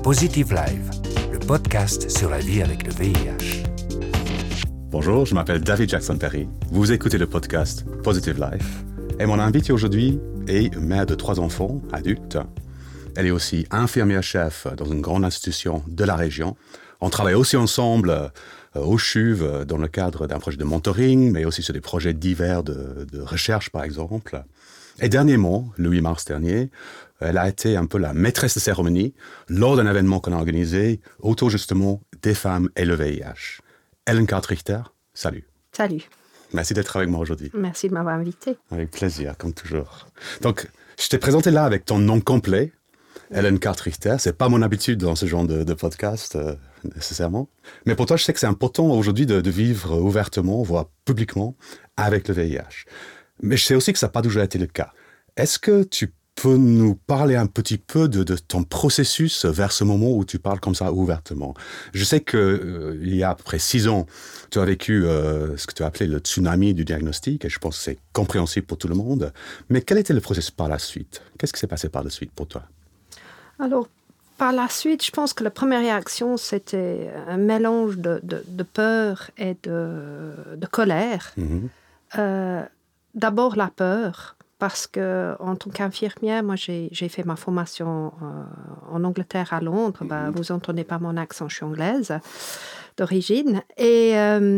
Positive Life, le podcast sur la vie avec le VIH. Bonjour, je m'appelle David Jackson-Perry. Vous écoutez le podcast Positive Life. Et mon invitée aujourd'hui est mère de 3 enfants adultes. Elle est aussi infirmière-chef dans une grande institution de la région. On travaille aussi ensemble au CHUV dans le cadre d'un projet de mentoring, mais aussi sur des projets divers de recherche, par exemple. Et dernièrement, le 8 mars dernier, elle a été un peu la maîtresse de cérémonie lors d'un événement qu'on a organisé autour justement des femmes et le VIH. Ellen Carter-Richter, salut. Salut. Merci d'être avec moi aujourd'hui. Merci de m'avoir invité. Avec plaisir, comme toujours. Donc, je t'ai présenté là avec ton nom complet, Ellen Carter-Richter. C'est pas mon habitude dans ce genre de podcast, nécessairement. Mais pour toi, je sais que c'est important aujourd'hui de vivre ouvertement, voire publiquement, avec le VIH. Mais je sais aussi que ça n'a pas toujours été le cas. Est-ce que tu peux nous parler un petit peu de ton processus vers ce moment où tu parles comme ça ouvertement? Je sais qu'il y a à peu près 6 ans, tu as vécu ce que tu as appelé le tsunami du diagnostic, et je pense que c'est compréhensible pour tout le monde. Mais quel était le processus par la suite? Qu'est-ce qui s'est passé par la suite pour toi? Alors, par la suite, je pense que la première réaction, c'était un mélange de peur et de colère. Mm-hmm. D'abord, la peur. Parce qu'en tant qu'infirmière, moi, j'ai fait ma formation en Angleterre, à Londres. Mm-hmm. Vous n'entendez pas mon accent, je suis anglaise d'origine. Et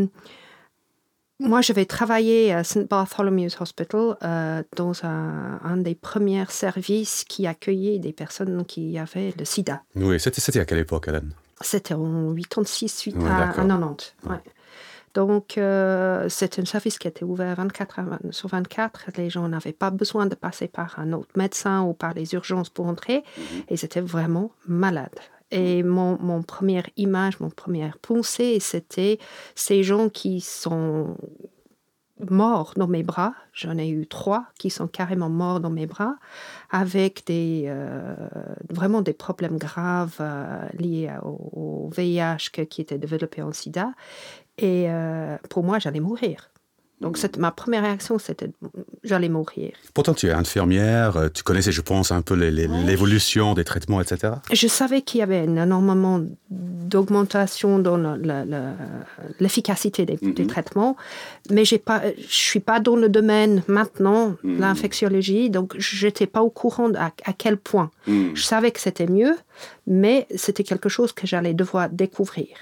moi, je vais travailler à St. Bartholomew's Hospital dans un des premiers services qui accueillait des personnes qui avaient le sida. Oui, c'était à quelle époque, Hélène? C'était en 86, suite à 90. Ouais. Donc, c'est un service qui était ouvert 24 heures sur 24. Les gens n'avaient pas besoin de passer par un autre médecin ou par les urgences pour entrer. Mm-hmm. Et c'était vraiment malade. Et mon première image, mon première pensée, c'était ces gens qui sont morts dans mes bras. J'en ai eu 3 qui sont carrément morts dans mes bras, avec vraiment des problèmes graves liés au VIH qui était développé en sida. Et pour moi, j'allais mourir. Donc, ma première réaction, c'était j'allais mourir. Pourtant, tu es infirmière, tu connaissais, je pense, un peu l'évolution des traitements, etc. Je savais qu'il y avait énormément d'augmentation dans l'efficacité des traitements, mais je ne suis pas dans le domaine maintenant de l'infectiologie, donc je n'étais pas au courant à quel point. Je savais que c'était mieux, mais c'était quelque chose que j'allais devoir découvrir.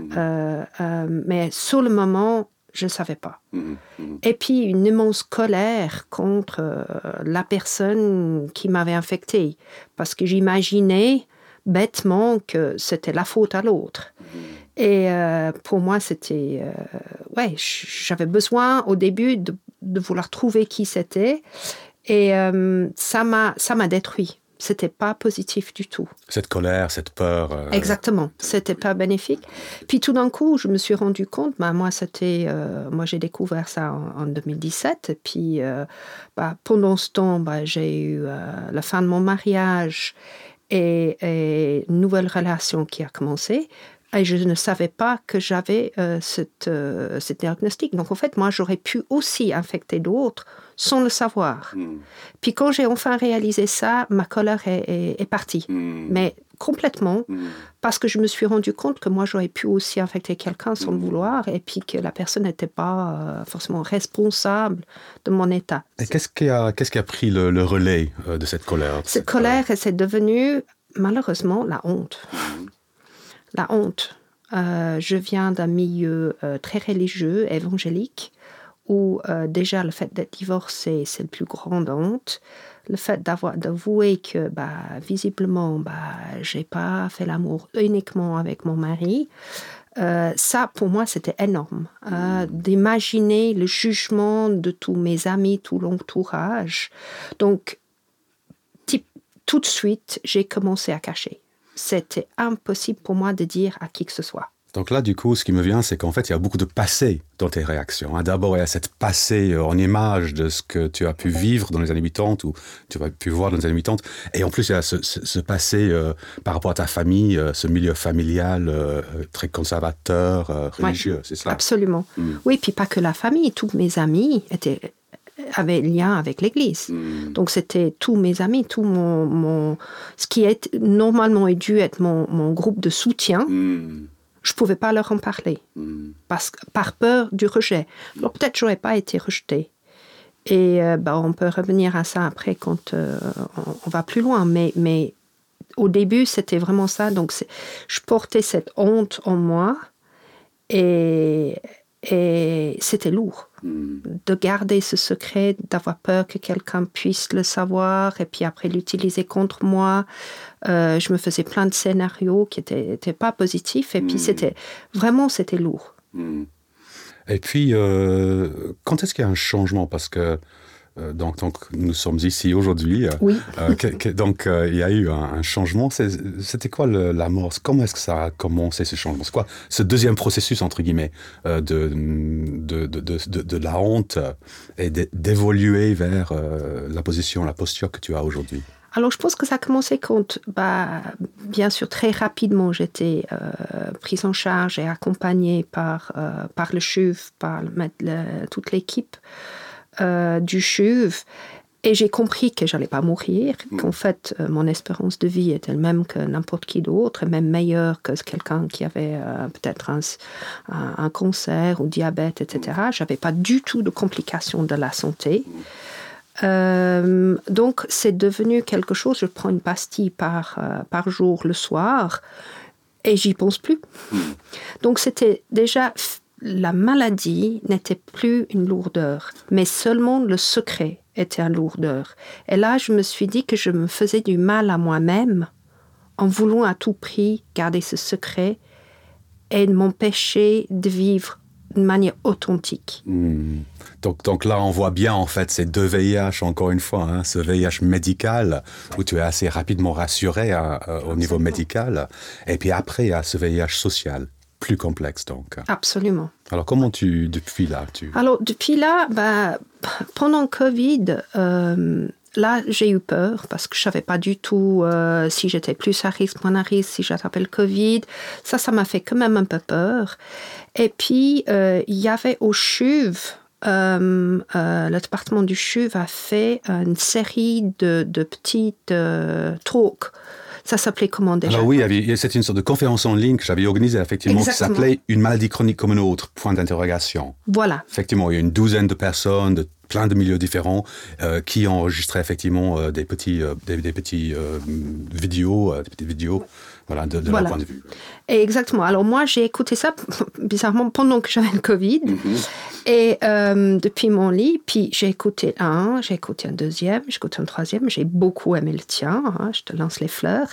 Mais sur le moment, je ne savais pas. Et puis, une immense colère contre la personne qui m'avait infectée. Parce que j'imaginais bêtement que c'était la faute à l'autre. Et pour moi, c'était... j'avais besoin au début de vouloir trouver qui c'était. Et ça m'a détruit. C'était pas positif du tout. Cette colère, cette peur. Exactement. C'était pas bénéfique. Puis tout d'un coup, je me suis rendu compte, moi j'ai découvert ça en 2017. Et puis pendant ce temps, j'ai eu la fin de mon mariage et une nouvelle relation qui a commencé. Et je ne savais pas que j'avais ce diagnostic. Donc en fait, moi, j'aurais pu aussi infecter d'autres sans le savoir. Puis quand j'ai enfin réalisé ça, ma colère est partie. Mais complètement, parce que je me suis rendu compte que moi, j'aurais pu aussi infecter quelqu'un sans le vouloir, et puis que la personne n'était pas forcément responsable de mon état. Et qu'est-ce qui a pris le relais de cette colère? Cette colère, c'est devenu, malheureusement, la honte. La honte. Je viens d'un milieu très religieux, évangélique, où déjà le fait d'être divorcée, c'est la plus grande honte. Le fait d'avouer que visiblement, j'ai pas fait l'amour uniquement avec mon mari, ça pour moi c'était énorme. D'imaginer le jugement de tous mes amis, tout l'entourage. Donc, tout de suite, j'ai commencé à cacher. C'était impossible pour moi de dire à qui que ce soit. Donc là, du coup, ce qui me vient, c'est qu'en fait, il y a beaucoup de passé dans tes réactions. D'abord, il y a cette passé en image de ce que tu as pu vivre dans les années 80 ou tu as pu voir dans les années 80. Et en plus, il y a ce passé par rapport à ta famille, ce milieu familial très conservateur, religieux, c'est ça? Absolument. Oui, puis pas que la famille. Tous mes amis étaient avait lien avec l'Église. Donc, c'était tous mes amis, tout ce qui est normalement dû être mon groupe de soutien. Je ne pouvais pas leur en parler par peur du rejet. Alors, peut-être que je n'aurais pas été rejetée. Et on peut revenir à ça après quand on va plus loin. Mais au début, c'était vraiment ça. Donc, je portais cette honte en moi et c'était lourd de garder ce secret, d'avoir peur que quelqu'un puisse le savoir et puis après l'utiliser contre moi. Je me faisais plein de scénarios qui n'étaient pas positifs et puis c'était lourd. Et puis, quand est-ce qu'il y a un changement? Parce que donc, nous sommes ici aujourd'hui. Oui. Donc, il y a eu un changement. C'était quoi l'amorce? Comment est-ce que ça a commencé, ce changement? C'est quoi ce deuxième processus, entre guillemets, de la honte et d'évoluer vers la posture que tu as aujourd'hui? Alors, je pense que ça a commencé quand, bien sûr, très rapidement, j'étais prise en charge et accompagnée par le CHUV, par toute l'équipe du CHUV. Et j'ai compris que je n'allais pas mourir, qu'en fait, mon espérance de vie était la même que n'importe qui d'autre, et même meilleure que quelqu'un qui avait peut-être un cancer ou diabète, etc. Je n'avais pas du tout de complications de la santé. Donc, c'est devenu quelque chose, je prends une pastille par jour le soir et j'y pense plus. Donc, c'était déjà, la maladie n'était plus une lourdeur, mais seulement le secret était une lourdeur. Et là, je me suis dit que je me faisais du mal à moi-même en voulant à tout prix garder ce secret et m'empêcher de vivre d'une manière authentique. Donc là, on voit bien, en fait, ces deux VIH, encore une fois, ce VIH médical, où tu es assez rapidement rassuré au niveau médical, et puis après, il y a ce VIH social, plus complexe, donc. Absolument. Alors, comment depuis là, Alors, depuis là, pendant le Covid, là, j'ai eu peur, parce que je ne savais pas du tout si j'étais plus à risque, moins à risque, si j'attrapais le Covid. Ça m'a fait quand même un peu peur. Et puis, il y avait au CHUV, le département du CHUV a fait une série de petites talks. Ça s'appelait comment déjà? Alors oui, c'était une sorte de conférence en ligne que j'avais organisée, effectivement, Exactement. qui s'appelait « Une maladie chronique comme une autre », point d'interrogation. Voilà. Effectivement, il y a une douzaine de personnes de plein de milieux différents qui enregistraient effectivement des petits vidéos, voilà, de leur point de vue. Et exactement. Alors moi, j'ai écouté ça, bizarrement, pendant que j'avais le Covid. Et depuis mon lit, puis j'ai écouté un deuxième, j'ai écouté un troisième. J'ai beaucoup aimé le tien, je te lance les fleurs.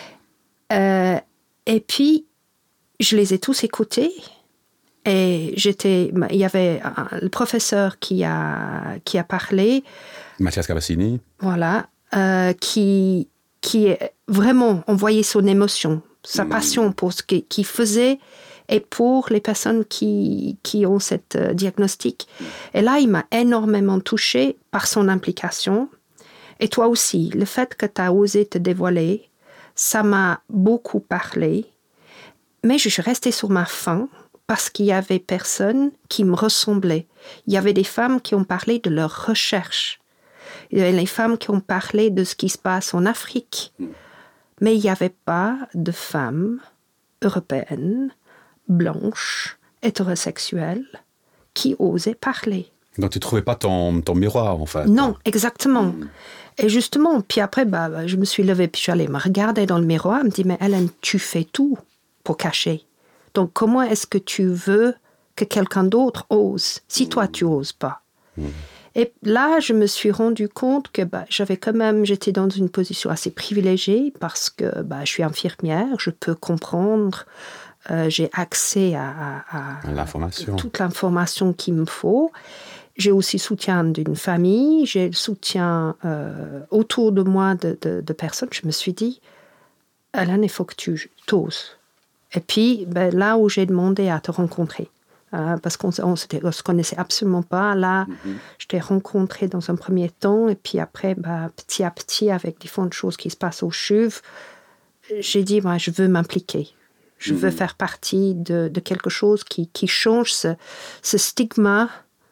Et puis, je les ai tous écoutés. Et il y avait le professeur qui a parlé. Mathias Cavassini. Voilà. Qui vraiment envoyait son émotion, sa passion pour ce qu'il faisait et pour les personnes qui ont cette diagnostic. Et là, il m'a énormément touchée par son implication. Et toi aussi, le fait que tu as osé te dévoiler, ça m'a beaucoup parlé. Mais je suis restée sur ma faim parce qu'il y avait personne qui me ressemblait. Il y avait des femmes qui ont parlé de leur recherche. Il y avait les femmes qui ont parlé de ce qui se passe en Afrique. Mais il n'y avait pas de femmes européennes, blanches, hétérosexuelles, qui osaient parler. Donc, tu ne trouvais pas ton miroir, en fait? Non, exactement. Et justement, puis après, je me suis levée, puis je suis allée me regarder dans le miroir, me dire, mais Hélène, tu fais tout pour cacher. Donc, comment est-ce que tu veux que quelqu'un d'autre ose, si toi, tu n'oses pas? Et là, je me suis rendu compte que j'étais dans une position assez privilégiée parce que je suis infirmière, je peux comprendre, j'ai accès à l'information. Toute l'information qu'il me faut. J'ai aussi le soutien d'une famille, j'ai le soutien autour de moi de personnes. Je me suis dit, Hélène, il faut que tu t'oses. Et puis, là où j'ai demandé à te rencontrer, parce qu'on se connaissait absolument pas. Là, je t'ai rencontré dans un premier temps, et puis après, petit à petit, avec différentes choses qui se passent au CHUV, j'ai dit, je veux m'impliquer. Je veux faire partie de quelque chose qui change ce stigma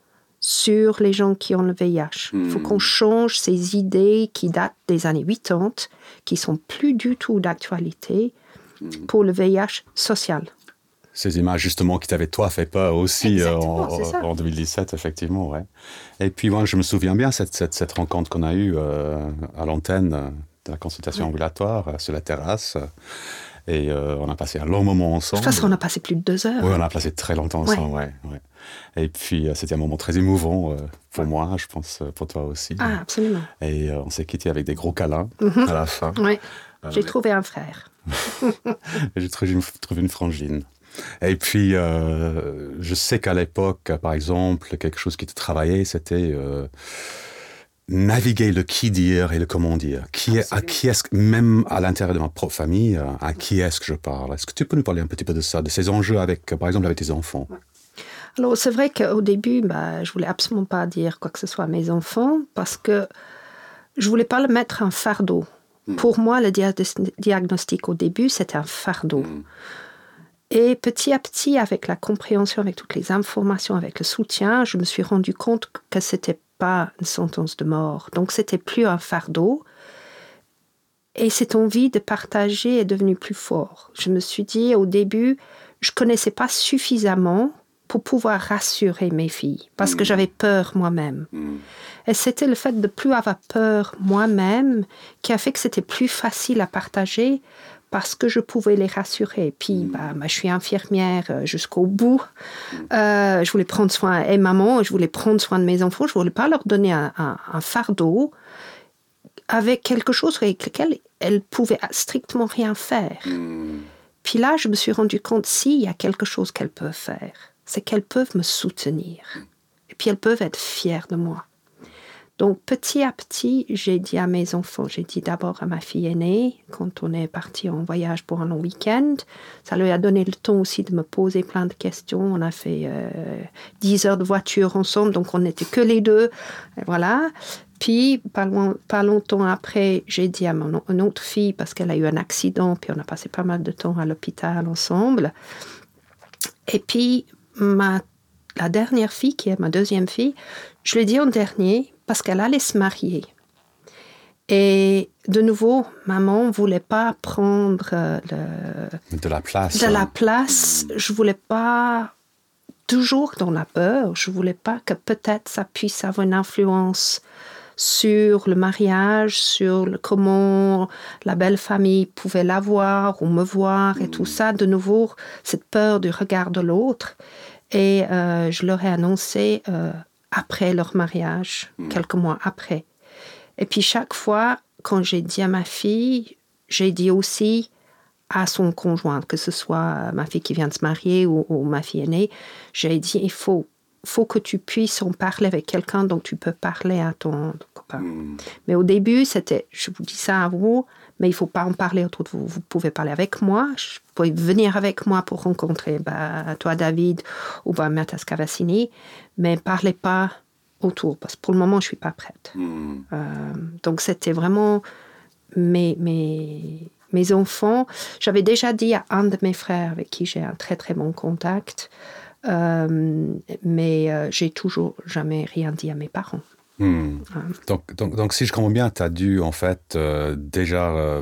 sur les gens qui ont le VIH. Il faut qu'on change ces idées qui datent des années 80, qui ne sont plus du tout d'actualité pour le VIH social. Ces images, justement, qui t'avaient, toi, fait peur aussi en 2017, effectivement. Ouais. Et puis, moi, je me souviens bien cette rencontre qu'on a eue à l'antenne de la consultation ambulatoire, sur la terrasse. Et on a passé un long moment ensemble. De toute façon, on a passé plus de 2 heures. Oui, on a passé très longtemps ensemble, ouais. Et puis, c'était un moment très émouvant pour moi, je pense, pour toi aussi. Ah, absolument. Et on s'est quitté avec des gros câlins à la fin. Oui, j'ai trouvé un frère. J'ai trouvé une frangine. Et puis, je sais qu'à l'époque, par exemple, quelque chose qui te travaillait, c'était naviguer le qui dire et le comment dire. À qui est-ce, même à l'intérieur de ma propre famille, à qui est-ce que je parle? Est-ce que tu peux nous parler un petit peu de ça, de ces enjeux avec, par exemple, avec tes enfants? Alors, c'est vrai qu'au début, je voulais absolument pas dire quoi que ce soit à mes enfants parce que je voulais pas le mettre un fardeau. Pour moi, le diagnostic au début, c'était un fardeau. Et petit à petit, avec la compréhension, avec toutes les informations, avec le soutien, je me suis rendu compte que c'était pas une sentence de mort. Donc, c'était plus un fardeau. Et cette envie de partager est devenue plus forte. Je me suis dit, au début, je connaissais pas suffisamment pour pouvoir rassurer mes filles, parce que j'avais peur moi-même. Et c'était le fait de plus avoir peur moi-même qui a fait que c'était plus facile à partager parce que je pouvais les rassurer. Puis, je suis infirmière jusqu'au bout. Je voulais prendre soin, et maman, je voulais prendre soin de mes enfants. Je voulais pas leur donner un fardeau avec quelque chose avec lequel elles pouvaient strictement rien faire. Puis là, je me suis rendu compte, s'il y a quelque chose qu'elles peuvent faire, c'est qu'elles peuvent me soutenir. Et puis, elles peuvent être fières de moi. Donc, petit à petit, j'ai dit à mes enfants, j'ai dit d'abord à ma fille aînée, quand on est parti en voyage pour un long week-end, ça lui a donné le temps aussi de me poser plein de questions. On a fait 10 heures de voiture ensemble, donc on n'était que les deux. Et voilà. Puis, pas longtemps après, j'ai dit à une autre fille, parce qu'elle a eu un accident, puis on a passé pas mal de temps à l'hôpital ensemble. Et puis, la dernière fille, qui est ma deuxième fille, je l'ai dit en dernier, parce qu'elle allait se marier. Et de nouveau, maman ne voulait pas prendre de la place. De la place. Je ne voulais pas, toujours dans la peur, je ne voulais pas que peut-être ça puisse avoir une influence sur le mariage, sur comment la belle famille pouvait la voir ou me voir et tout ça. De nouveau, cette peur du regard de l'autre. Et je leur ai annoncé après leur mariage, quelques mois après. Et puis chaque fois, quand j'ai dit à ma fille, j'ai dit aussi à son conjoint, que ce soit ma fille qui vient de se marier ou ma fille aînée, j'ai dit, il faut que tu puisses en parler avec quelqu'un dont tu peux parler à ton copain. Mais au début, c'était, je vous dis ça à vous, mais il ne faut pas en parler autour de vous. Vous pouvez parler avec moi, vous pouvez venir avec moi pour rencontrer toi, David, ou Matas Cavassini, mais parlez pas autour, parce que pour le moment, je ne suis pas prête. Donc, c'était vraiment mes enfants. J'avais déjà dit à un de mes frères, avec qui j'ai un très, très bon contact, mais j'ai toujours jamais rien dit à mes parents. Donc, si je comprends bien, tu as dû, en fait, déjà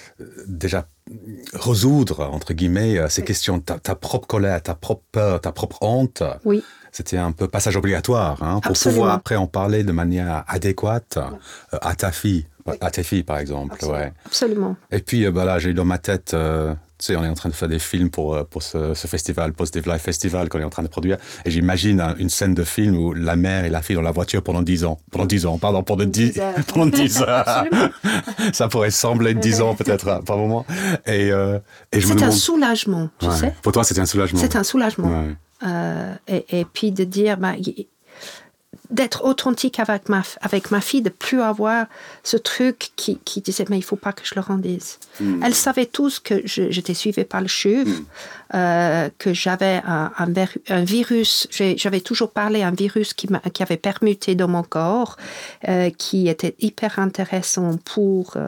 résoudre, entre guillemets, ces questions, ta propre colère, ta propre peur, ta propre honte. Oui. C'était un peu passage obligatoire, pour Absolument. pouvoir après en parler de manière adéquate à ta fille, à tes filles, par exemple. Absolument. Ouais. Absolument. Et puis, là, j'ai eu dans ma tête... tu sais, on est en train de faire des films pour ce festival, Positive Life Festival, qu'on est en train de produire. Et j'imagine une scène de film où la mère et la fille dans la voiture pendant 10 ans. Pendant 10 10 heures. Ça pourrait sembler 10 ans, peut-être, par moment. Et je me demande... C'est un soulagement, tu sais. Pour toi, c'était un soulagement. C'est un soulagement. Ouais. Et puis de dire... d'être authentique avec ma fille, de plus avoir ce truc qui disait mais il faut pas que je leur en dise. Elles savaient tous que j'étais suivie par le CHUV, que j'avais un virus, j'avais toujours parlé d'un virus qui avait permuté dans mon corps, qui était hyper intéressant pour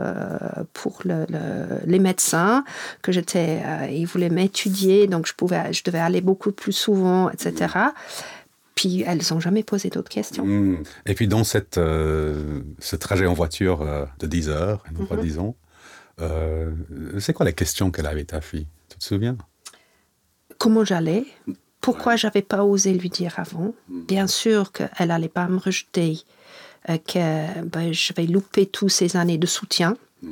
les médecins, que ils voulaient m'étudier, donc je devais aller beaucoup plus souvent, etc. Puis elles n'ont jamais posé d'autres questions. Et puis dans ce trajet en voiture de 10 heures, non pas 10 ans, c'est quoi la question qu'elle avait, ta fille? Tu te souviens? Comment j'allais? Pourquoi j'avais pas osé lui dire avant? Bien sûr qu'elle n'allait pas me rejeter, que je vais louper toutes ces années de soutien.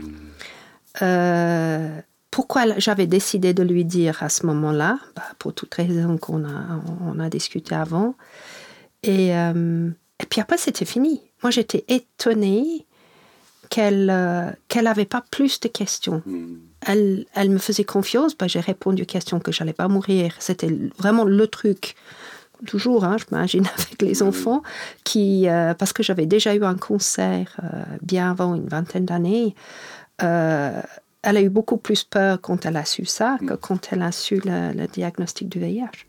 Pourquoi j'avais décidé de lui dire à ce moment-là? Pour toutes raisons qu'on a discuté avant. Et puis après, c'était fini. Moi, j'étais étonnée qu'elle n'avait pas plus de questions. Elle me faisait confiance. J'ai répondu aux questions que je n'allais pas mourir. C'était vraiment le truc. Toujours, je m'imagine, avec les enfants, parce que j'avais déjà eu un cancer bien avant une vingtaine d'années. Elle a eu beaucoup plus peur quand elle a su ça que quand elle a su le diagnostic du VIH.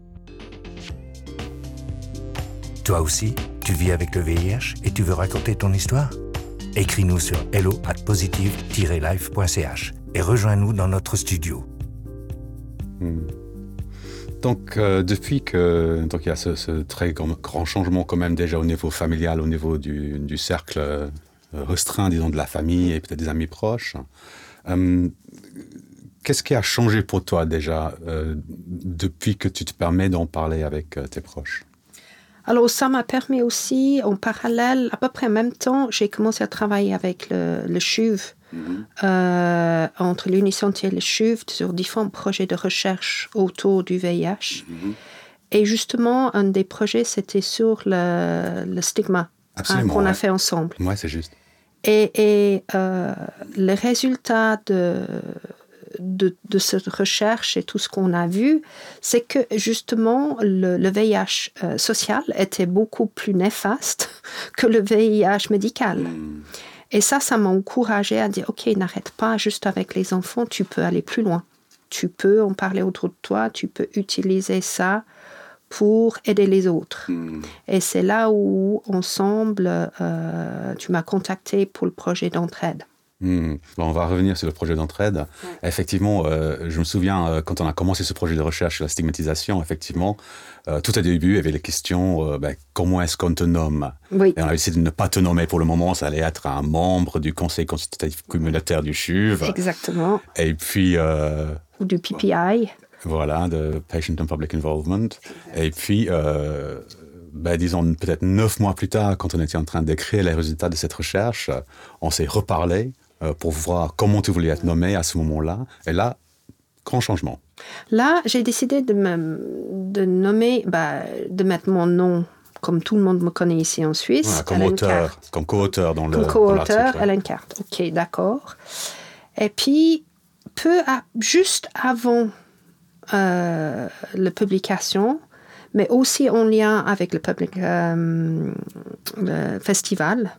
Toi aussi, tu vis avec le VIH et tu veux raconter ton histoire? Écris-nous sur hello@positive-life.ch et rejoins-nous dans notre studio. Donc, depuis qu'il y a ce très grand changement quand même déjà au niveau familial, au niveau du cercle restreint, disons, de la famille et peut-être des amis proches, qu'est-ce qui a changé pour toi déjà depuis que tu te permets d'en parler avec tes proches? Alors, ça m'a permis aussi, en parallèle, à peu près en même temps, j'ai commencé à travailler avec le CHUV, entre l'Unisanté et le CHUV, sur différents projets de recherche autour du VIH. Et justement, un des projets, c'était sur le stigma qu'on a fait ensemble. Oui, c'est juste. Et le résultat de cette recherche et tout ce qu'on a vu, c'est que justement le VIH social était beaucoup plus néfaste que le VIH médical. Et ça m'a encouragée à dire, OK, n'arrête pas juste avec les enfants, tu peux aller plus loin. Tu peux en parler autour de toi, tu peux utiliser ça pour aider les autres. Et c'est là où, ensemble, tu m'as contacté pour le projet d'entraide. Bon, on va revenir sur le projet d'entraide. Effectivement, je me souviens, quand on a commencé ce projet de recherche sur la stigmatisation, effectivement, tout au début, il y avait les questions, comment est-ce qu'on te nomme? Oui. Et on a essayé de ne pas te nommer pour le moment, ça allait être un membre du conseil consultatif communautaire du CHUV. Exactement. Et puis... Ou du PPI. Voilà, de Patient and Public Involvement. Et puis, disons, peut-être 9 mois plus tard, quand on était en train d'écrire les résultats de cette recherche, on s'est reparlé pour voir comment tu voulais être nommé à ce moment-là. Et là, grand changement. Là, j'ai décidé de nommer, de mettre mon nom, comme tout le monde me connaît ici en Suisse. Voilà, comme auteur, comme co-auteur dans l'article. Comme co-auteur, Ellen Carte. OK, d'accord. Et puis, juste avant la publication, mais aussi en lien avec le festival.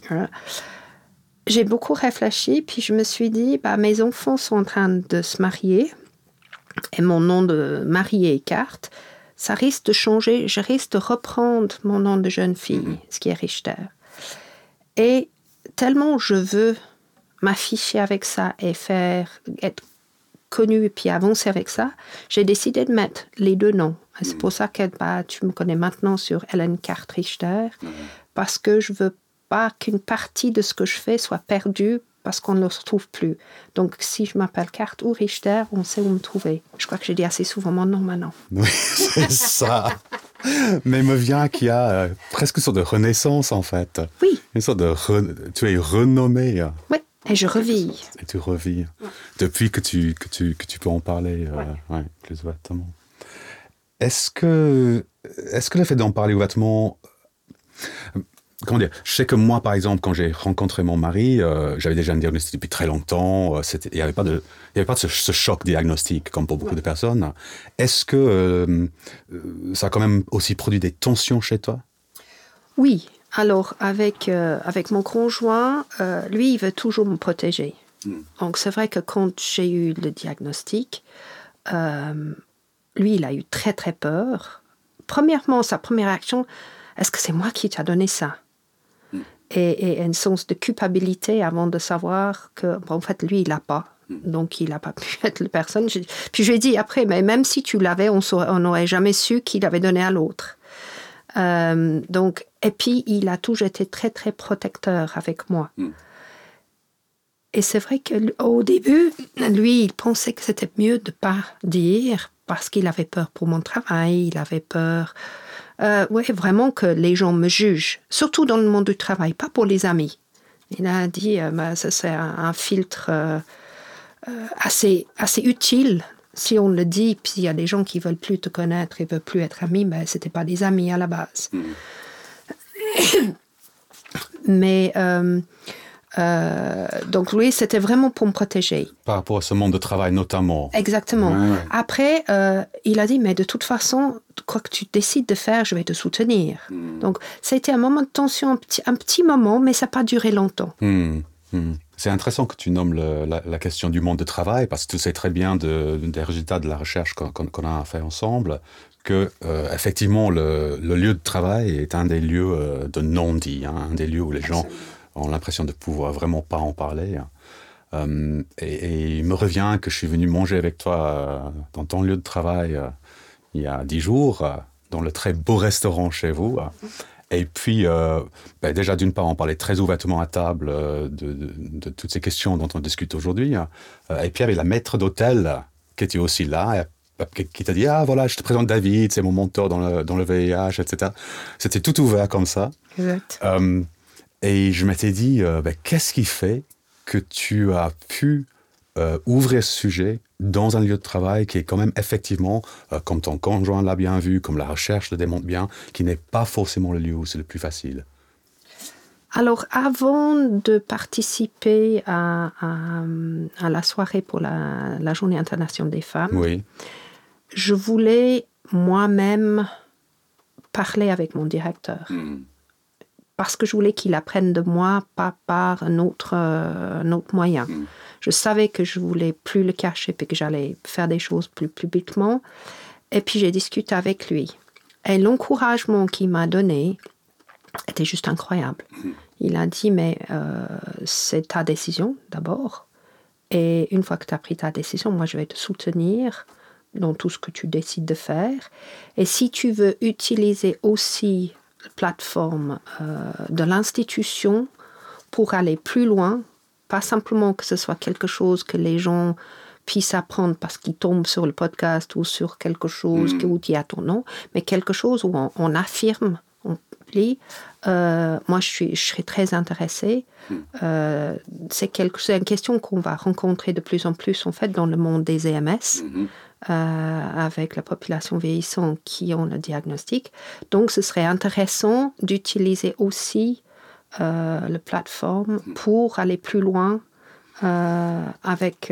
J'ai beaucoup réfléchi, puis je me suis dit, mes enfants sont en train de se marier, et mon nom de mariée est Carte, ça risque de changer, je risque de reprendre mon nom de jeune fille, ce qui est Richter. Et tellement je veux m'afficher avec ça et être connue et puis avancer avec ça, j'ai décidé de mettre les deux noms. C'est pour ça que tu me connais maintenant sur Ellen Carte Richter, parce que je veux pas qu'une partie de ce que je fais soit perdue parce qu'on ne le retrouve plus. Donc, si je m'appelle Carte ou Richter, on sait où me trouver. Je crois que j'ai dit assez souvent mon nom maintenant. Oui, c'est ça. Mais il me vient qu'il y a presque une sorte de renaissance, en fait. Oui. Une sorte de... Tu es renommé. Oui, et je revis. Et tu revis. Depuis que tu peux en parler plus ouvertement. Est-ce que le fait d'en parler ouvertement... Comment dire? Je sais que moi, par exemple, quand j'ai rencontré mon mari, j'avais déjà un diagnostic depuis très longtemps. Il n'y avait pas de ce choc diagnostique comme pour beaucoup de personnes. Est-ce que ça a quand même aussi produit des tensions chez toi? Oui. Alors, avec mon conjoint, lui, il veut toujours me protéger. Donc, c'est vrai que quand j'ai eu le diagnostic, lui, il a eu très, très peur. Premièrement, sa première action, est-ce que c'est moi qui t'ai donné ça? Et un sens de culpabilité avant de savoir que, en fait, lui, il l'a pas. Donc, il n'a pas pu être la personne. Puis, je lui ai dit après, mais même si tu l'avais, on n'aurait jamais su qu'il l'avait donné à l'autre. Donc, et puis, il a toujours été très, très protecteur avec moi. Et c'est vrai qu'au début, lui, il pensait que c'était mieux de ne pas dire parce qu'il avait peur pour mon travail, il avait peur, vraiment que les gens me jugent, surtout dans le monde du travail, pas pour les amis. Il a dit, ça c'est un filtre assez utile. Si on le dit, puis il y a des gens qui ne veulent plus te connaître et ne veulent plus être amis, ce n'était pas des amis à la base. Mais... donc lui, c'était vraiment pour me protéger. Par rapport à ce monde de travail notamment. Exactement. Ouais. Après, il a dit, mais de toute façon, quoi que tu décides de faire, je vais te soutenir. Donc, ça a été un moment de tension, un petit moment, mais ça n'a pas duré longtemps. C'est intéressant que tu nommes la question du monde de travail, parce que tu sais très bien des résultats de la recherche qu'on a fait ensemble, que effectivement, le lieu de travail est un des lieux de non-dit, un des lieux où les gens ont l'impression de pouvoir vraiment pas en parler. Et il me revient que je suis venu manger avec toi dans ton lieu de travail il y a 10 jours, dans le très beau restaurant chez vous. Et puis, déjà d'une part, on parlait très ouvertement à table de toutes ces questions dont on discute aujourd'hui. Et puis, il y avait la maître d'hôtel qui était aussi là, qui t'a dit « Ah, voilà, je te présente David, c'est mon mentor dans le VIH, etc. » C'était tout ouvert comme ça. Exact. Et je m'étais dit, qu'est-ce qui fait que tu as pu ouvrir ce sujet dans un lieu de travail qui est quand même effectivement, comme ton conjoint l'a bien vu, comme la recherche le démontre bien, qui n'est pas forcément le lieu où c'est le plus facile? Alors, avant de participer à la soirée pour la Journée internationale des femmes, je voulais moi-même parler avec mon directeur. Parce que je voulais qu'il apprenne de moi, pas par un autre moyen. Je savais que je voulais plus le cacher, puis que j'allais faire des choses plus publiquement. Et puis j'ai discuté avec lui. Et l'encouragement qu'il m'a donné était juste incroyable. Il a dit, mais c'est ta décision d'abord. Et une fois que tu as pris ta décision, moi je vais te soutenir dans tout ce que tu décides de faire. Et si tu veux utiliser aussi plateforme de l'institution pour aller plus loin, pas simplement que ce soit quelque chose que les gens puissent apprendre parce qu'ils tombent sur le podcast ou sur quelque chose où il y a ton nom, mais quelque chose où on affirme, on lit. Moi, je serais très intéressée. C'est une question qu'on va rencontrer de plus en plus en fait dans le monde des EMS. Avec la population vieillissante qui ont le diagnostic. Donc, ce serait intéressant d'utiliser aussi la plateforme pour aller plus loin avec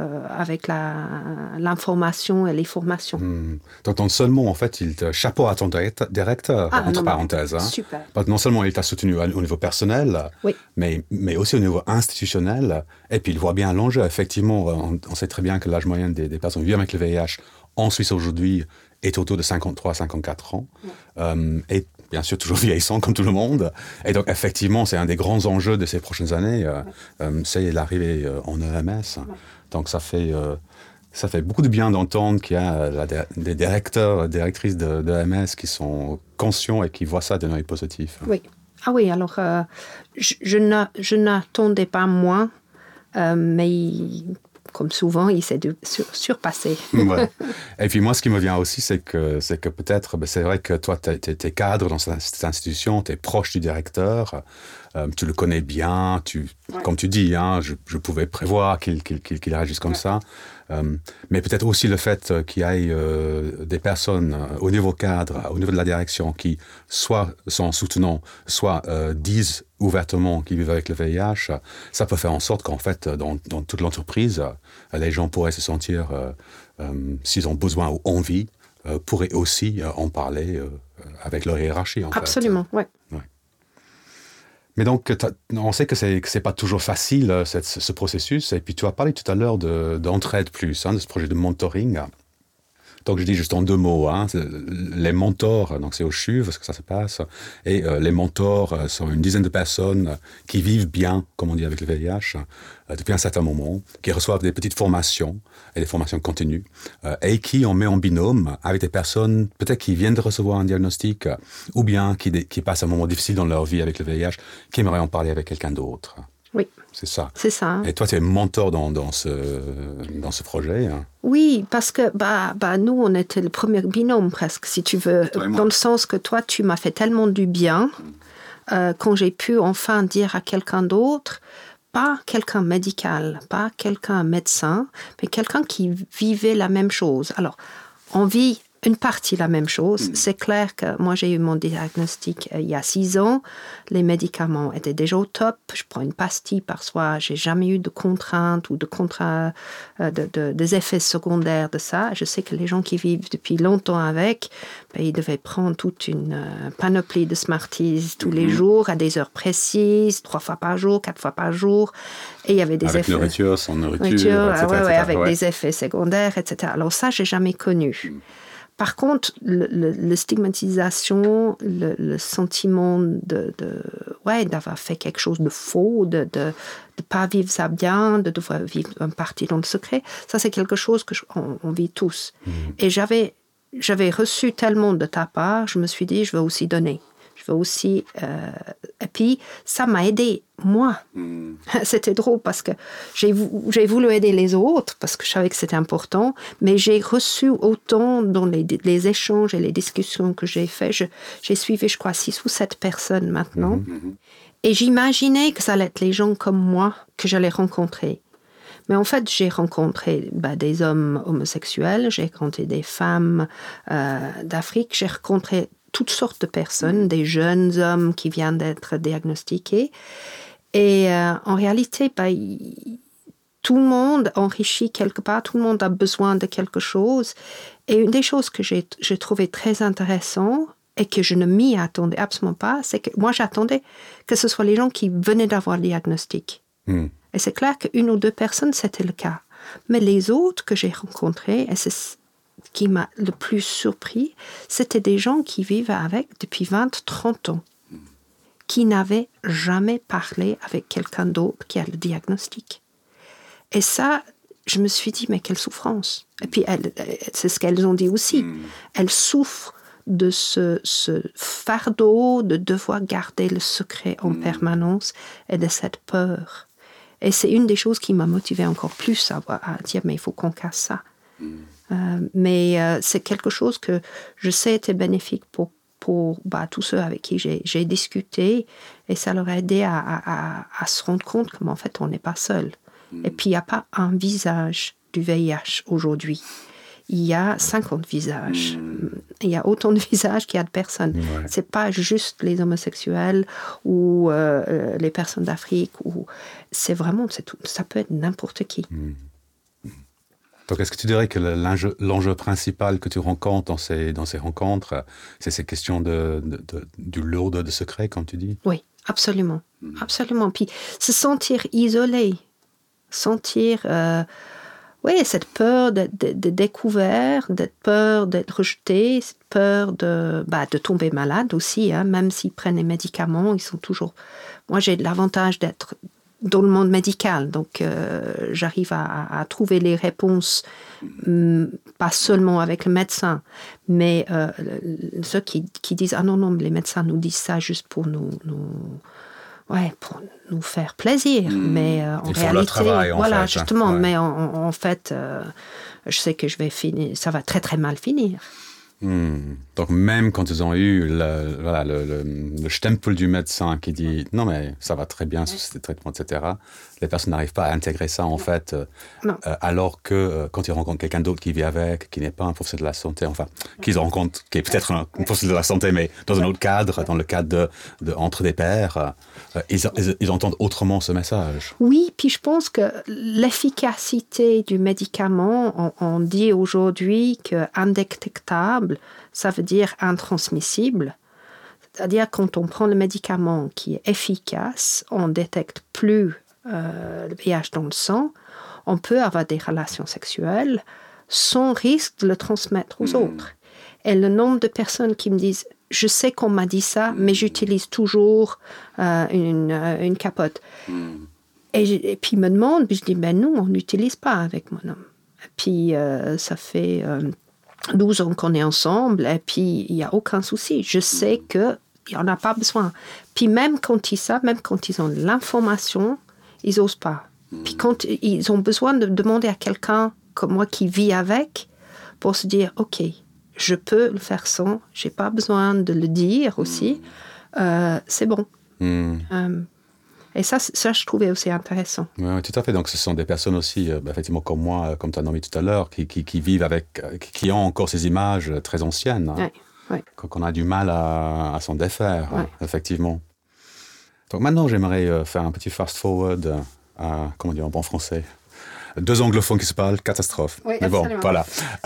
l'information et les formations. Donc, non seulement, en fait, il te chapeau à ton directeur, entre parenthèses. Super. Non seulement il t'a soutenu au niveau personnel, mais aussi au niveau institutionnel. Et puis, il voit bien l'enjeu. Effectivement, on sait très bien que l'âge moyen des personnes vivant avec le VIH en Suisse aujourd'hui est autour de 53-54 ans. Et bien sûr, toujours vieillissant comme tout le monde. Et donc, effectivement, c'est un des grands enjeux de ces prochaines années. C'est l'arrivée en EMS. Donc, ça fait beaucoup de bien d'entendre qu'il y a des directeurs, directrices d'EMS qui sont conscients et qui voient ça d'un œil positif. Oui. Ah oui, alors, je n'attendais pas moins, mais comme souvent, il s'est surpassé. Et puis moi, ce qui me vient aussi, c'est que peut-être, c'est vrai que toi, tu es cadre dans cette institution, tu es proche du directeur, tu le connais bien, comme tu dis, je pouvais prévoir qu'il réagisse comme ça. Mais peut-être aussi le fait qu'il y ait des personnes au niveau cadre, au niveau de la direction, qui soit sont soutenants, soit disent ouvertement qu'ils vivent avec le VIH, ça peut faire en sorte qu'en fait, dans toute l'entreprise, les gens pourraient se sentir, s'ils ont besoin ou envie, pourraient aussi en parler avec leur hiérarchie. Absolument, oui. Mais donc, on sait que c'est pas toujours facile, ce processus. Et puis, tu as parlé tout à l'heure d'Entraide Plus, de ce projet de mentoring. Donc je dis juste en 2 mots, hein, les mentors, donc c'est au CHUV que ça se passe, et les mentors sont une dizaine de personnes qui vivent bien, comme on dit avec le VIH, depuis un certain moment, qui reçoivent des petites formations, et des formations continues, et qui on met en binôme avec des personnes peut-être qui viennent de recevoir un diagnostic, ou bien qui passent un moment difficile dans leur vie avec le VIH, qui aimeraient en parler avec quelqu'un d'autre. Oui. C'est ça. C'est ça. Hein. Et toi, tu es mentor dans ce projet. Hein. Oui, parce que nous, on était le premier binôme presque, si tu veux. Vraiment. Dans le sens que toi, tu m'as fait tellement du bien quand j'ai pu enfin dire à quelqu'un d'autre, pas quelqu'un médical, pas quelqu'un médecin, mais quelqu'un qui vivait la même chose. Alors, on vit une partie la même chose. C'est clair que moi, j'ai eu mon diagnostic il y a 6 ans. Les médicaments étaient déjà au top. Je prends une pastille par soir. J'ai jamais eu de contraintes ou des effets secondaires de ça. Je sais que les gens qui vivent depuis longtemps avec, ils devaient prendre toute une panoplie de Smarties tous les jours, à des heures précises, 3 fois par jour, 4 fois par jour. Et il y avait des avec effets... nourriture, sans nourriture, etc. Avec des effets secondaires, etc. Alors ça, j'ai jamais connu. Par contre, la stigmatisation, le sentiment d'avoir fait quelque chose de faux, de pas vivre ça bien, de devoir vivre une partie dans le secret, ça c'est quelque chose qu'on vit tous. Et j'avais reçu tellement de ta part, je me suis dit, je veux aussi donner. Je veux aussi... Et puis, ça m'a aidé, moi. C'était drôle parce que j'ai voulu aider les autres, parce que je savais que c'était important, mais j'ai reçu autant dans les échanges et les discussions que j'ai fait. J'ai suivi, je crois, 6 ou 7 personnes maintenant. Et j'imaginais que ça allait être les gens comme moi que j'allais rencontrer. Mais en fait, j'ai rencontré des hommes homosexuels, j'ai rencontré des femmes d'Afrique, j'ai rencontré toutes sortes de personnes, des jeunes hommes qui viennent d'être diagnostiqués. Et en réalité, tout le monde enrichit quelque part, tout le monde a besoin de quelque chose. Et une des choses que j'ai trouvé très intéressant et que je ne m'y attendais absolument pas, c'est que moi, j'attendais que ce soit les gens qui venaient d'avoir le diagnostic. Et c'est clair qu'une ou 2 personnes, c'était le cas. Mais les autres que j'ai rencontrés, et c'est qui m'a le plus surpris, c'était des gens qui vivent avec depuis 20-30 ans, qui n'avaient jamais parlé avec quelqu'un d'autre qui a le diagnostic. Et ça, je me suis dit, mais quelle souffrance. Et puis, c'est ce qu'elles ont dit aussi. Elles souffrent de ce fardeau de devoir garder le secret en permanence et de cette peur. Et c'est une des choses qui m'a motivée encore plus à dire, mais il faut qu'on casse ça. Mais c'est quelque chose que je sais était bénéfique pour tous ceux avec qui j'ai discuté, et ça leur a aidé à se rendre compte qu'en fait on n'est pas seul. Et puis il n'y a pas un visage du VIH aujourd'hui. Il y a 50 visages. Il y a autant de visages qu'il y a de personnes. Ouais. C'est pas juste les homosexuels ou les personnes d'Afrique. C'est vraiment, ça peut être n'importe qui. Donc, est-ce que tu dirais que l'enjeu principal que tu rencontres dans ces rencontres, c'est ces questions du lourd de secret, comme tu dis? Oui, absolument. Absolument. Puis, se sentir isolé, sentir cette peur d'être découvert, cette peur d'être rejeté, cette peur de tomber malade aussi, hein, même s'ils prennent les médicaments, ils sont toujours... Moi, j'ai l'avantage d'être dans le monde médical, donc j'arrive à trouver les réponses, pas seulement avec le médecin, mais ceux qui disent « Ah non, les médecins nous disent ça juste pour pour nous faire plaisir. » Mais en ils réalité, font leur travail, voilà, fait, justement, hein. Ouais. mais en fait, je sais que je vais finir, ça va très très mal finir. Donc même quand ils ont eu le stempel du médecin qui dit non mais ça va très bien sous ces traitements, etc., les personnes n'arrivent pas à intégrer ça en fait, alors que quand ils rencontrent quelqu'un d'autre qui vit avec, qui n'est pas un professionnel de la santé, enfin qu'ils rencontrent, qui est peut-être un professionnel de la santé mais dans un autre cadre, dans le cadre de entre des pairs, ils entendent autrement ce message. Oui, puis je pense que l'efficacité du médicament, on dit aujourd'hui qu'indétectable, ça veut dire intransmissible. C'est-à-dire quand on prend le médicament qui est efficace, on ne détecte plus le VIH dans le sang, on peut avoir des relations sexuelles sans risque de le transmettre aux autres. Et le nombre de personnes qui me disent « je sais qu'on m'a dit ça, mais j'utilise toujours une capote ». Et puis ils me demandent, puis je dis « ben non, on n'utilise pas avec mon homme ». Et puis ça fait 12 ans qu'on est ensemble, et puis il n'y a aucun souci. Je sais qu'il n'y en a pas besoin. Puis même quand ils savent, même quand ils ont de l'information, ils n'osent pas. Puis quand ils ont besoin de demander à quelqu'un comme moi qui vit avec, pour se dire « ok, je peux le faire sans, je n'ai pas besoin de le dire aussi, c'est bon ». Et ça, je trouvais aussi intéressant. Oui, tout à fait. Donc, ce sont des personnes aussi, effectivement, comme moi, comme tu as nommé tout à l'heure, qui vivent avec, qui ont encore ces images très anciennes, qu'on a du mal à s'en défaire, effectivement. Donc, maintenant, j'aimerais faire un petit fast-forward à, comment dire en bon français, 2 anglophones qui se parlent, catastrophe. Oui, mais bon, voilà.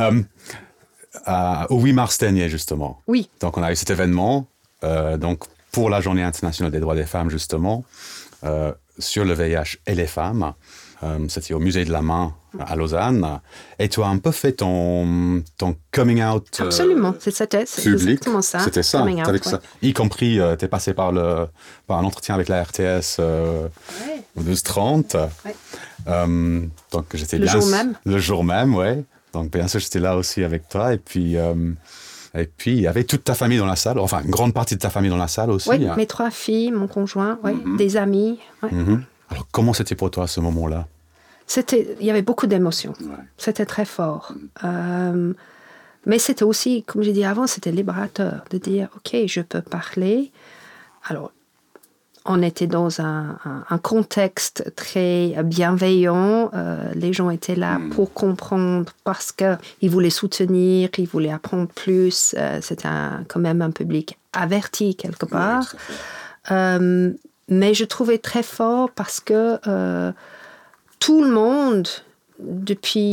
Au 8 mars dernier, justement. Oui. Donc, on a eu cet événement, donc, pour la Journée internationale des droits des femmes, justement, sur le VIH et les femmes. C'était au Musée de la Main à Lausanne. Et tu as un peu fait ton coming out Absolument, c'était public. Exactement ça. C'était ça, coming out, ça. Y compris, tu es passé par un entretien avec la RTS au 12h30. Donc j'étais le jour même. Le jour même, oui. Donc bien sûr, j'étais là aussi avec toi. Et puis, il y avait toute ta famille dans la salle, enfin une grande partie de ta famille dans la salle aussi. Oui, mes 3 filles, mon conjoint, des amis. Alors, comment c'était pour toi à ce moment-là? Il y avait beaucoup d'émotions. C'était très fort. Mais c'était aussi, comme j'ai dit avant, c'était libérateur de dire, OK, je peux parler. Alors, on était dans un contexte très bienveillant. Les gens étaient là pour comprendre parce qu'ils voulaient soutenir, ils voulaient apprendre plus. C'était quand même un public averti quelque part. Mais je trouvais très fort parce que tout le monde, depuis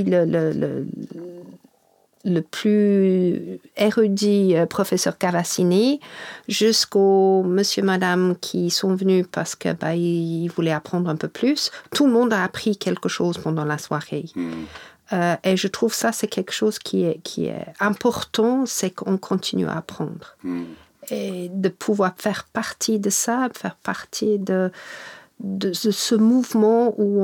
le plus érudit professeur Cavassini jusqu'aux monsieur, madame qui sont venus parce que ils voulaient apprendre un peu plus, tout le monde a appris quelque chose pendant la soirée. Et je trouve ça, c'est quelque chose qui est important, c'est qu'on continue à apprendre. Et de pouvoir faire partie de ça, faire partie de ce mouvement où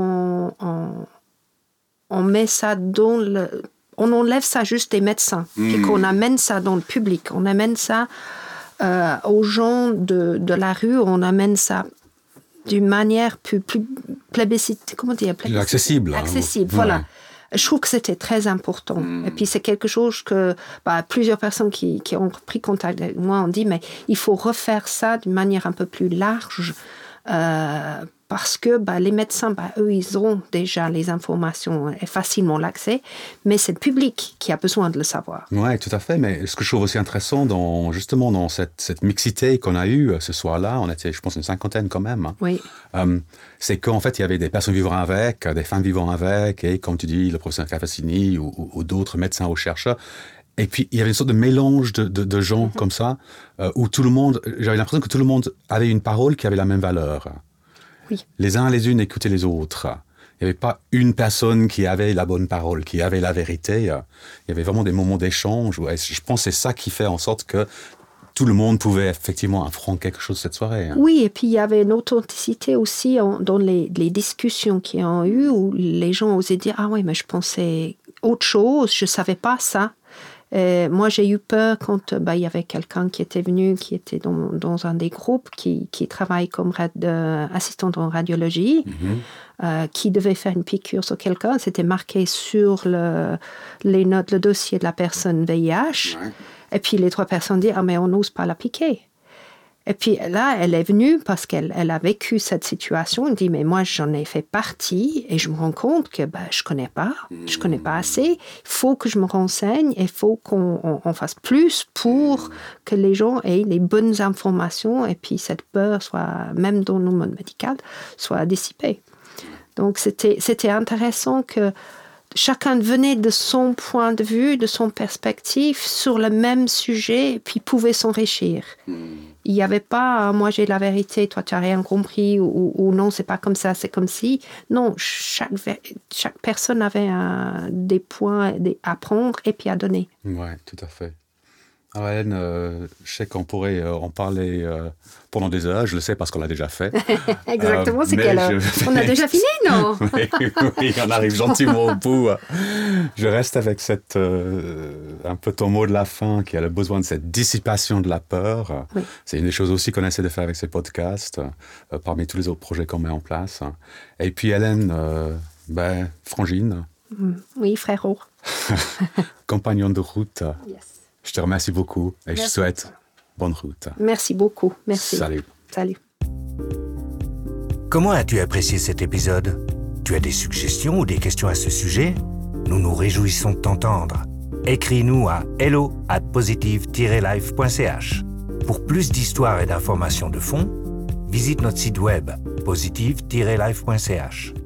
on met ça dans on enlève ça juste des médecins, et qu'on amène ça dans le public, on amène ça aux gens de la rue, on amène ça d'une manière plus plébiscite, comment dire, plus accessible. Accessible, voilà. Je trouve que c'était très important. Et puis c'est quelque chose que plusieurs personnes qui ont pris contact avec moi ont dit, mais il faut refaire ça d'une manière un peu plus large. Parce que les médecins, eux, ils ont déjà les informations et facilement l'accès, mais c'est le public qui a besoin de le savoir. Oui, tout à fait. Mais ce que je trouve aussi intéressant, justement, dans cette mixité qu'on a eue ce soir-là, on était, je pense, une 50aine quand même. Hein, oui. C'est qu'en fait, il y avait des personnes vivant avec, des femmes vivant avec, et comme tu dis, le professeur Cavassini ou d'autres médecins ou chercheurs. Et puis, il y avait une sorte de mélange de gens comme ça, où tout le monde, j'avais l'impression que tout le monde avait une parole qui avait la même valeur. Oui. Les uns les unes écoutaient les autres. Il n'y avait pas une personne qui avait la bonne parole, qui avait la vérité. Il y avait vraiment des moments d'échange. Et je pense que c'est ça qui fait en sorte que tout le monde pouvait effectivement apprendre quelque chose cette soirée. Oui, et puis il y avait une authenticité aussi dans les discussions qu'il y a eu, où les gens osaient dire « Ah oui, mais je pensais autre chose, je ne savais pas ça ». Moi, j'ai eu peur quand il y avait quelqu'un qui était venu, qui était dans un des groupes, qui travaille comme assistante en radiologie, qui devait faire une piqûre sur quelqu'un. C'était marqué sur les notes, le dossier de la personne VIH. Ouais. Et puis, les 3 personnes disent « Ah, mais on n'ose pas la piquer ». Et puis là, elle est venue parce qu'elle a vécu cette situation. Elle dit, mais moi, j'en ai fait partie et je me rends compte que je connais pas assez. Il faut que je me renseigne et il faut qu'on fasse plus pour que les gens aient les bonnes informations et puis cette peur, même dans le monde médical, soit dissipée. Donc, c'était intéressant que chacun venait de son point de vue, de son perspective sur le même sujet, et puis pouvait s'enrichir. Il n'y avait pas moi j'ai la vérité, toi tu n'as rien compris, ou non, c'est pas comme ça, c'est comme si. Non, chaque personne avait des points à prendre et puis à donner. Oui, tout à fait. Alors Hélène, je sais qu'on pourrait en parler pendant des heures, je le sais parce qu'on l'a déjà fait. Exactement, c'est quelle heure On a déjà fini, non? Oui, on arrive gentiment au bout. Je reste avec un peu ton mot de la fin, qui a le besoin de cette dissipation de la peur. Oui. C'est une des choses aussi qu'on essaie de faire avec ces podcasts, parmi tous les autres projets qu'on met en place. Et puis Hélène, frangine. Oui, frérot. Compagnon de route. Yes. Je te remercie beaucoup et je te souhaite bonne route. Merci beaucoup. Merci. Salut. Salut. Comment as-tu apprécié cet épisode? Tu as des suggestions ou des questions à ce sujet? Nous nous réjouissons de t'entendre. Écris-nous à hello@positive-life.ch. Pour plus d'histoires et d'informations de fond, visite notre site web positive-life.ch.